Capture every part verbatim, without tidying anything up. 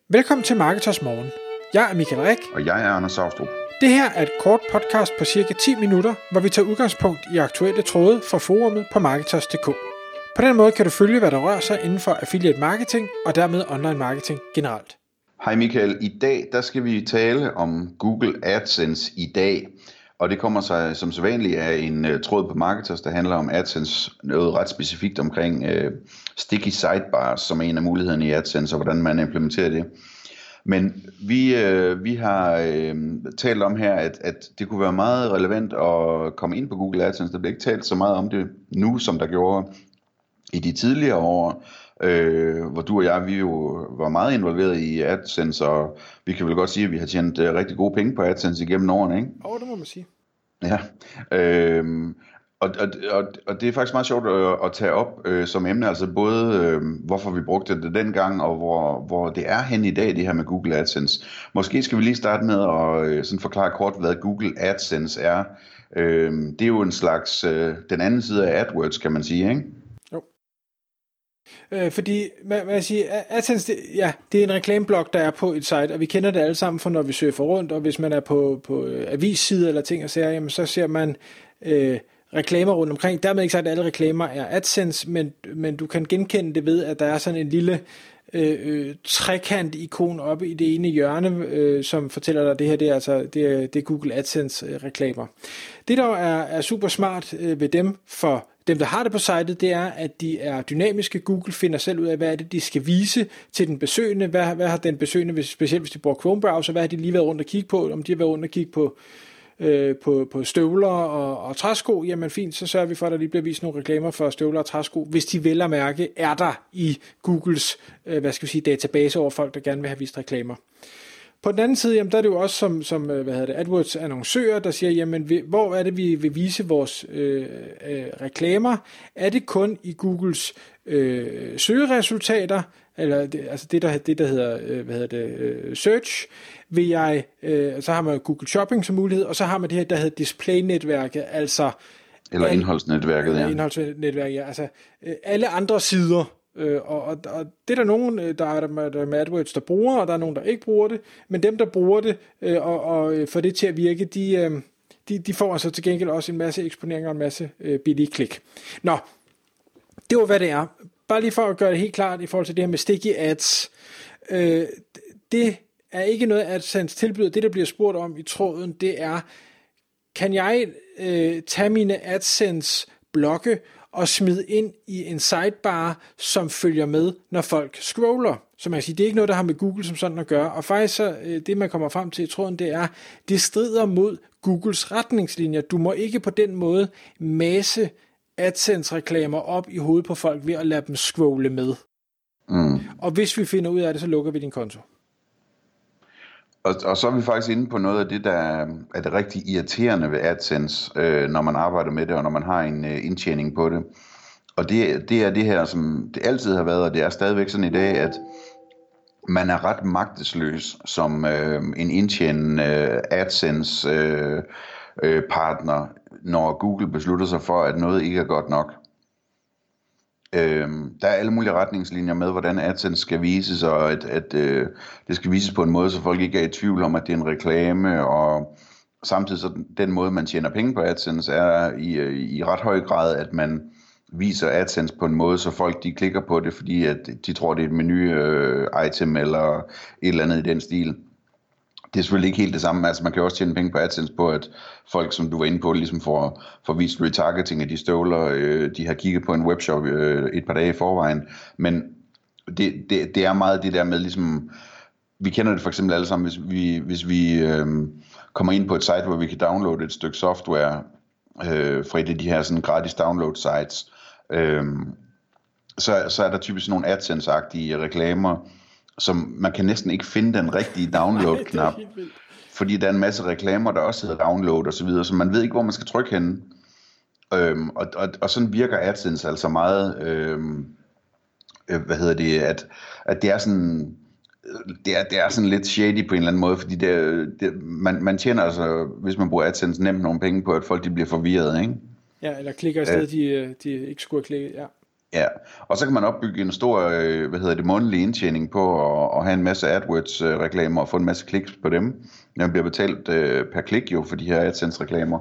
Velkommen til Marketers Morgen. Jeg er Michael Rik. Og jeg er Anders Saustrup. Det her er et kort podcast på cirka ti minutter, hvor vi tager udgangspunkt i aktuelle tråde fra forumet på Marketers punktum d k. På den måde kan du følge, hvad der rører sig inden for affiliate marketing og dermed online marketing generelt. Hej Michael. I dag der skal vi tale om Google AdSense i dag. Og det kommer sig som sædvanligt af en uh, tråd på Marketers, der handler om AdSense, noget ret specifikt omkring uh, sticky sidebars, som er en af mulighederne i AdSense, og hvordan man implementerer det. Men vi, øh, vi har øh, talt om her, at, at det kunne være meget relevant at komme ind på Google AdSense. Der bliver ikke talt så meget om det nu, som der gjorde i de tidligere år, øh, hvor du og jeg, vi jo var meget involveret i AdSense, og vi kan vel godt sige, at vi har tjent øh, rigtig gode penge på AdSense igennem årene, ikke? Åh, oh, det må man sige. Ja, øh, Og, og, og, og det er faktisk meget sjovt at, at tage op øh, som emne, altså både øh, hvorfor vi brugte det dengang, og hvor, hvor det er hen i dag, det her med Google AdSense. Måske skal vi lige starte med at øh, sådan forklare kort, hvad Google AdSense er. Øh, det er jo en slags, øh, den anden side af AdWords, kan man sige, ikke? Jo. Øh, fordi, hvad, hvad jeg siger, AdSense, det, ja, det er en reklameblok, der er på et site, og vi kender det alle sammen fra, når vi surfer rundt, og hvis man er på, på avissider eller ting og sager, jamen så ser man Øh, reklamer rundt omkring. Dermed ikke sagt, at alle reklamer er AdSense, men, men du kan genkende det ved, at der er sådan en lille øh, øh, trekant-ikon oppe i det ene hjørne, øh, som fortæller dig, at det her det er, altså, det er, det er Google AdSense-reklamer. Det, der er, er super smart øh, ved dem, for dem, der har det på sitet, det er, at de er dynamiske. Google finder selv ud af, hvad er det, de skal vise til den besøgende. Hvad, hvad har den besøgende, hvis, specielt hvis de bruger Chrome-browser, hvad har de lige været rundt og kigge på? Om de har været rundt og kigge på Øh, på, på støvler og, og træsko, jamen fint, så sørger vi for, at der lige bliver vist nogle reklamer for støvler og træsko, hvis de vel at mærke er der i Googles øh, hvad skal vi sige, database over folk, der gerne vil have vist reklamer. På den anden side, jamen, der er det jo også som, som hvad hedder det, AdWords annoncører, der siger, jamen vi, hvor er det, vi vil vise vores øh, øh, reklamer? Er det kun i Googles øh, søgeresultater, eller det, altså det der, det, der hedder, øh, hvad hedder det, øh, search, vil jeg, øh, så har man Google Shopping som mulighed, og så har man det her, der hedder display-netværket, altså eller al, indholdsnetværket, ja. Indholdsnetværket, ja, altså øh, alle andre sider, øh, og, og, og det er der nogen, der er der med AdWords, der bruger, og der er nogen, der ikke bruger det, men dem, der bruger det, øh, og, og får det til at virke, de, øh, de, de får altså til gengæld også en masse eksponeringer og en masse øh, billige klik. Nå, det var hvad det er. Bare lige for at gøre det helt klart i forhold til det her med sticky ads, øh, det er ikke noget, AdSense tilbyder. Det, der bliver spurgt om i tråden, det er, kan jeg øh, tage mine AdSense-blokke og smide ind i en sidebar, som følger med, når folk scroller? Så man kan sige, det er ikke noget, der har med Google som sådan at gøre. Og faktisk så, øh, det, man kommer frem til i tråden, det er, det strider mod Googles retningslinjer. Du må ikke på den måde masse AdSense-reklamer op i hovedet på folk ved at lade dem scrolle med. Mm. Og hvis vi finder ud af det, så lukker vi din konto. Og, og så er vi faktisk inde på noget af det, der er det rigtig irriterende ved AdSense, øh, når man arbejder med det, og når man har en øh, indtjening på det. Og det, det er det her, som det altid har været, og det er stadigvæk sådan i dag, at man er ret magtesløs som øh, en indtjenende øh, AdSense øh, øh, partner, når Google beslutter sig for, at noget ikke er godt nok. Øhm, der er alle mulige retningslinjer med, hvordan AdSense skal vises, og at, at øh, det skal vises på en måde, så folk ikke er i tvivl om, at det er en reklame, og samtidig så den måde, man tjener penge på AdSense, er i, i ret høj grad, at man viser AdSense på en måde, så folk de klikker på det, fordi at de tror, det er et menu-item øh, eller et eller andet i den stil. Det er selvfølgelig ikke helt det samme, altså man kan også tjene penge på AdSense på, at folk, som du var inde på, ligesom får, får vist retargeting af de støvler, øh, de har kigget på en webshop øh, et par dage i forvejen, men det, det, det er meget det der med ligesom, vi kender det for eksempel alle sammen, hvis vi, hvis vi øh, kommer ind på et site, hvor vi kan downloade et stykke software øh, fra et af de her sådan gratis download sites, øh, så, så er der typisk nogle AdSense-agtige reklamer, som man kan næsten ikke finde den rigtige download-knap, fordi der er en masse reklamer, der også hedder download og så videre, så man ved ikke, hvor man skal trykke henne. Øhm, og, og, og sådan virker AdSense altså meget, øhm, øh, hvad hedder det, at, at det er sådan, det er, det er sådan lidt shady på en eller anden måde, fordi det, det, man, man tjener altså, hvis man bruger AdSense, nemt nogle penge på, at folk de bliver forvirret, ikke? Ja, eller klikker i stedet, øh, de, de ikke skulle have klikket, ja. Ja, og så kan man opbygge en stor, øh, hvad hedder det, månedlig indtjening på at, at have en masse AdWords-reklamer og få en masse kliks på dem. Man bliver betalt øh, per klik jo for de her AdSense-reklamer.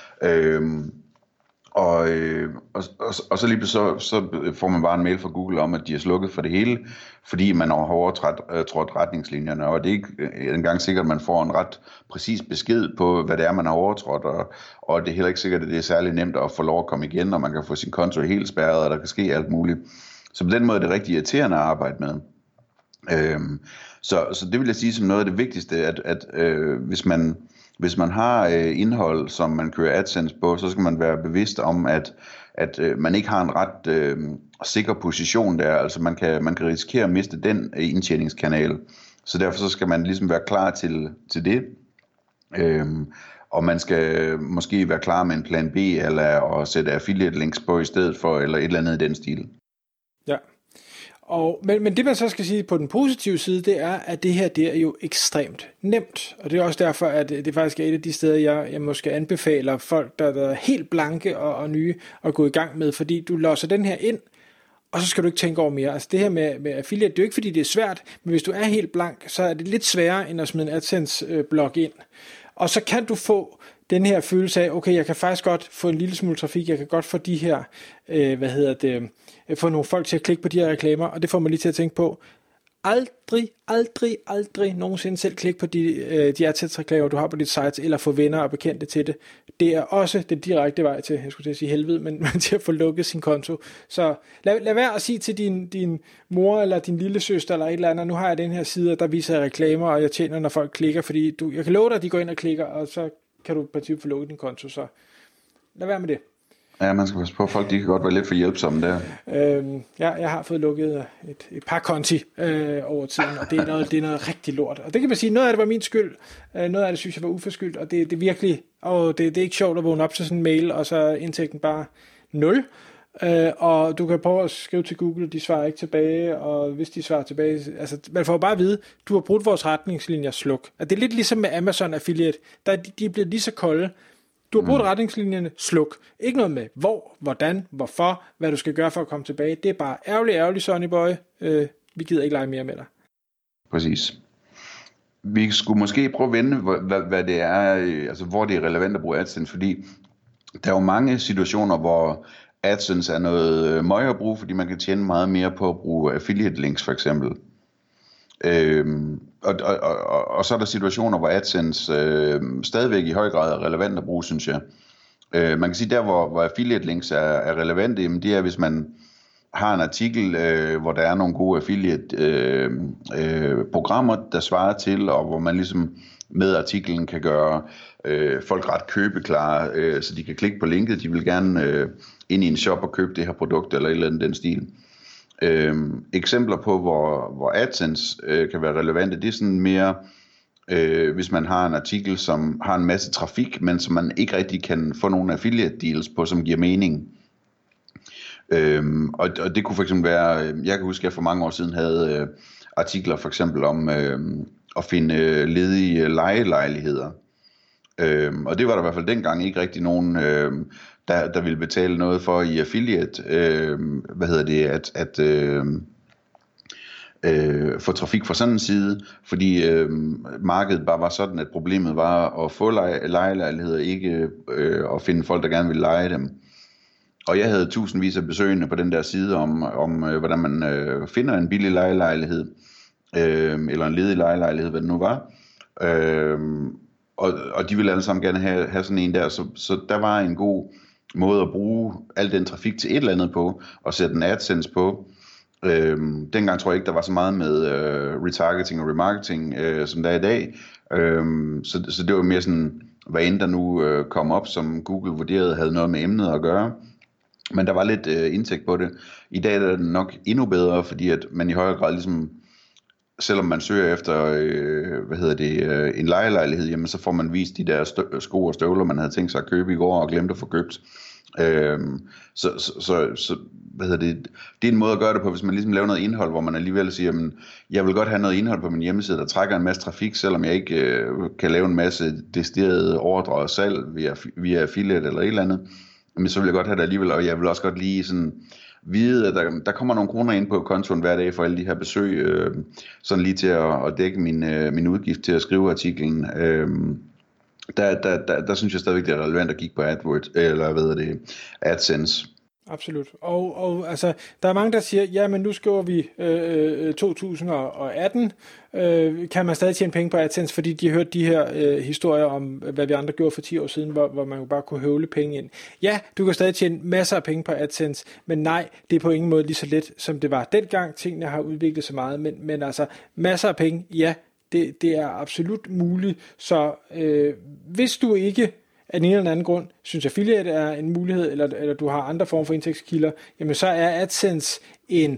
Øhm, og, øh, og, og, og så lige så, så får man bare en mail fra Google om, at de er slukket for det hele, fordi man har overtrådt øh, retningslinjerne, og det er ikke engang sikkert, at man får en ret præcis besked på, hvad det er, man har overtrådt, og, og det er heller ikke sikkert, at det er særlig nemt at få lov at komme igen, og man kan få sin konto helt spærret, og der kan ske alt muligt. Så på den måde er det rigtig irriterende at arbejde med. Øhm, så, så det vil jeg sige som noget af det vigtigste, at, at øh, hvis man Hvis man har øh, indhold, som man kører AdSense på, så skal man være bevidst om, at, at øh, man ikke har en ret øh, sikker position der. Altså man kan, man kan risikere at miste den øh, indtjeningskanal. Så derfor så skal man ligesom være klar til, til det. Øhm, og man skal måske være klar med en plan B, eller at sætte affiliate links på i stedet for, eller et eller andet i den stil. Ja. Og, men, men det man så skal sige på den positive side, det er, at det her det er jo ekstremt nemt. Og det er også derfor, at det faktisk er et af de steder, jeg, jeg måske anbefaler folk, der, der er helt blanke og, og nye at gå i gang med. Fordi du låser den her ind, og så skal du ikke tænke over mere. Altså det her med, med affiliate, det er jo ikke fordi det er svært, men hvis du er helt blank, så er det lidt sværere end at smide en AdSense-blog ind. Og så kan du få den her følelse af, okay, jeg kan faktisk godt få en lille smule trafik, jeg kan godt få de her, øh, hvad hedder det, få nogle folk til at klikke på de her reklamer, og det får mig lige til at tænke på, aldrig, aldrig, aldrig nogensinde selv klik på de, øh, de AdSense-reklamer, du har på dit site, eller få venner og bekendte til det. Det er også den direkte vej til, jeg skulle til at sige helvede, men til at få lukket sin konto. Så lad, lad være at sige til din, din mor, eller din lille søster, eller et eller andet, nu har jeg den her side, og der viser jeg reklamer, og jeg tjener, når folk klikker, fordi du, jeg kan love dig, at de går ind og klikker, og så kan du i princippet få lukket din konto, så lad være med det. Ja, man skal passe på, folk de kan godt være lidt for hjælpsomme der. Øhm, jeg, jeg har fået lukket et, et par konti øh, over tiden, og det er, noget, det er noget rigtig lort. Og det kan man sige, noget af det var min skyld, øh, noget af det synes jeg var uforskyldt, og det, det er virkelig, og det, det er ikke sjovt at vågne op til sådan en mail, og så er indtægten bare nul. Øh, og du kan prøve at skrive til Google, de svarer ikke tilbage, og hvis de svarer tilbage, altså man får bare at vide, du har brudt vores retningslinjer, sluk. Og det er lidt ligesom med Amazon Affiliate, der de, de er blevet lige så kolde. Du har brugt mm. retningslinjerne, sluk. Ikke noget med hvor, hvordan, hvorfor, hvad du skal gøre for at komme tilbage. Det er bare ærgerligt, ærgerligt, Sonny Boy. Øh, vi gider ikke lege mere med dig. Præcis. Vi skulle måske prøve at vende, hvad, hvad det er, altså hvor det er relevant at bruge AdSense, fordi der er jo mange situationer, hvor AdSense er noget møg at bruge, fordi man kan tjene meget mere på at bruge affiliate links for eksempel. Øhm, og, og, og, og så er der situationer, hvor AdSense øh, stadigvæk i høj grad er relevant at bruge, synes jeg. Øh, man kan sige, der hvor, hvor affiliate links er, er relevante, jamen det er, hvis man har en artikel, øh, hvor der er nogle gode affiliate øh, øh, programmer, der svarer til, og hvor man ligesom med artiklen kan gøre øh, folk ret købeklare, øh, så de kan klikke på linket, de vil gerne øh, ind i en shop og købe det her produkt, eller et eller andet den stil. Øhm, eksempler på, hvor, hvor AdSense øh, kan være relevante, det er sådan mere, øh, hvis man har en artikel, som har en masse trafik, men som man ikke rigtig kan få nogle affiliate deals på, som giver mening. Øhm, og, og det kunne for eksempel være, jeg kan huske, at jeg for mange år siden havde øh, artikler for eksempel om øh, at finde øh, ledige lejelejligheder. Øhm, og det var der i hvert fald dengang ikke rigtig nogen, øh, der, der ville betale noget for i affiliate, øh, hvad hedder det, at, at øh, øh, få trafik fra sådan en side, fordi øh, markedet bare var sådan, at problemet var at få leje, lejelejligheder, ikke øh, at finde folk, der gerne ville leje dem. Og jeg havde tusindvis af besøgende på den der side om, om øh, hvordan man øh, finder en billig lejelejlighed, øh, eller en ledig lejelejlighed, hvad det nu var. Øh, og, og de ville alle sammen gerne have, have sådan en der, så, så der var en god måde at bruge al den trafik til et eller andet på, og sætte en AdSense på. Øhm, dengang tror jeg ikke, der var så meget med øh, retargeting og remarketing, øh, som der er i dag. Øhm, så, så det var mere sådan, hvad end der nu øh, kom op, som Google vurderede havde noget med emnet at gøre. Men der var lidt øh, indtægt på det. I dag er det nok endnu bedre, fordi at man i højere grad ligesom, selvom man søger efter øh, hvad hedder det, øh, en lejelejlighed, jamen så får man vist de der stø- sko og støvler, man havde tænkt sig at købe i går og glemt at få købt. Øhm, så, så, så, så hvad hedder det, det er en måde at gøre det på, hvis man ligesom laver noget indhold, hvor man alligevel siger, jamen, jeg vil godt have noget indhold på min hjemmeside, der trækker en masse trafik, selvom jeg ikke øh, kan lave en masse deciderede ordre og salg via, via affiliate eller et eller andet, men så vil jeg godt have det alligevel, og jeg vil også godt lige sådan vide, at der, der kommer nogle kroner ind på kontoen hver dag for alle de her besøg, øh, sådan lige til at, at dække min, øh, min udgift til at skrive artiklen. Øh, der, der, der, der synes jeg stadigvæk, det er relevant at kigge på AdWords, eller hvad er det, AdSense. Absolut. Og, og altså, der er mange, der siger, ja, men nu skriver vi øh, to tusind og atten, øh, kan man stadig tjene penge på AdSense, fordi de har hørt de her øh, historier om, hvad vi andre gjorde for ti år siden, hvor, hvor man bare kunne høvle penge ind. Ja, du kan stadig tjene masser af penge på AdSense, men nej, det er på ingen måde lige så let, som det var dengang. Tingene har udviklet sig meget, men, men altså, masser af penge, ja, det, det er absolut muligt. Så øh, hvis du ikke af en eller anden grund synes affiliate er en mulighed, eller, eller du har andre former for indtægtskilder, jamen så er AdSense en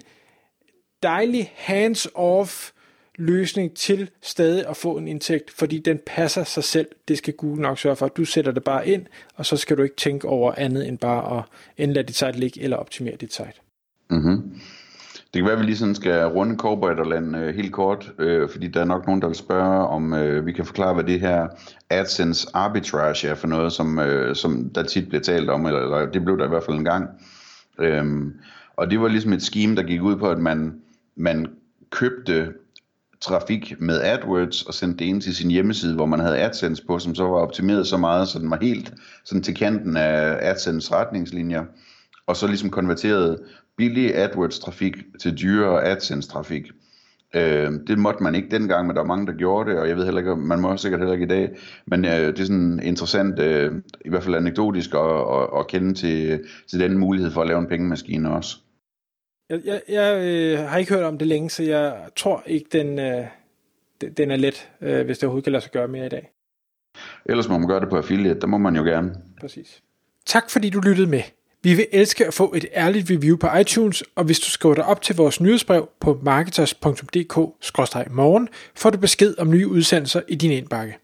dejlig hands-off løsning til stadig at få en indtægt, fordi den passer sig selv. Det skal Google nok sørge for. Du sætter det bare ind, og så skal du ikke tænke over andet end bare at enten lade dit site ligge, eller optimere dit site. Mhm. Det kan være, at vi lige sådan skal runde Cowboyderland øh, helt kort, øh, fordi der er nok nogen, der vil spørge, om øh, vi kan forklare, hvad det her AdSense arbitrage er for noget, som, øh, som der tit bliver talt om, eller, eller det blev der i hvert fald en gang. Øhm, og det var ligesom et scheme, der gik ud på, at man, man købte trafik med AdWords og sendte det ind til sin hjemmeside, hvor man havde AdSense på, som så var optimeret så meget, så den var helt sådan til kanten af AdSense retningslinjer, og så ligesom konverterede billig AdWords-trafik til dyrere AdSense-trafik. Øh, det måtte man ikke dengang, men der var mange, der gjorde det, og jeg ved heller ikke, man må sikkert heller ikke i dag, men øh, det er sådan interessant, øh, i hvert fald anekdotisk, at, at, at kende til, til den mulighed for at lave en pengemaskine også. Jeg, jeg, jeg øh, har ikke hørt om det længe, så jeg tror ikke, den, øh, den er let, øh, hvis det overhovedet kan lade sig gøre mere i dag. Ellers må man gøre det på affiliate, der må man jo gerne. Præcis. Tak fordi du lyttede med. Vi vil elske at få et ærligt review på iTunes, og hvis du skriver dig op til vores nyhedsbrev på marketers punktum d k skråstreg morgen, får du besked om nye udsendelser i din indbakke.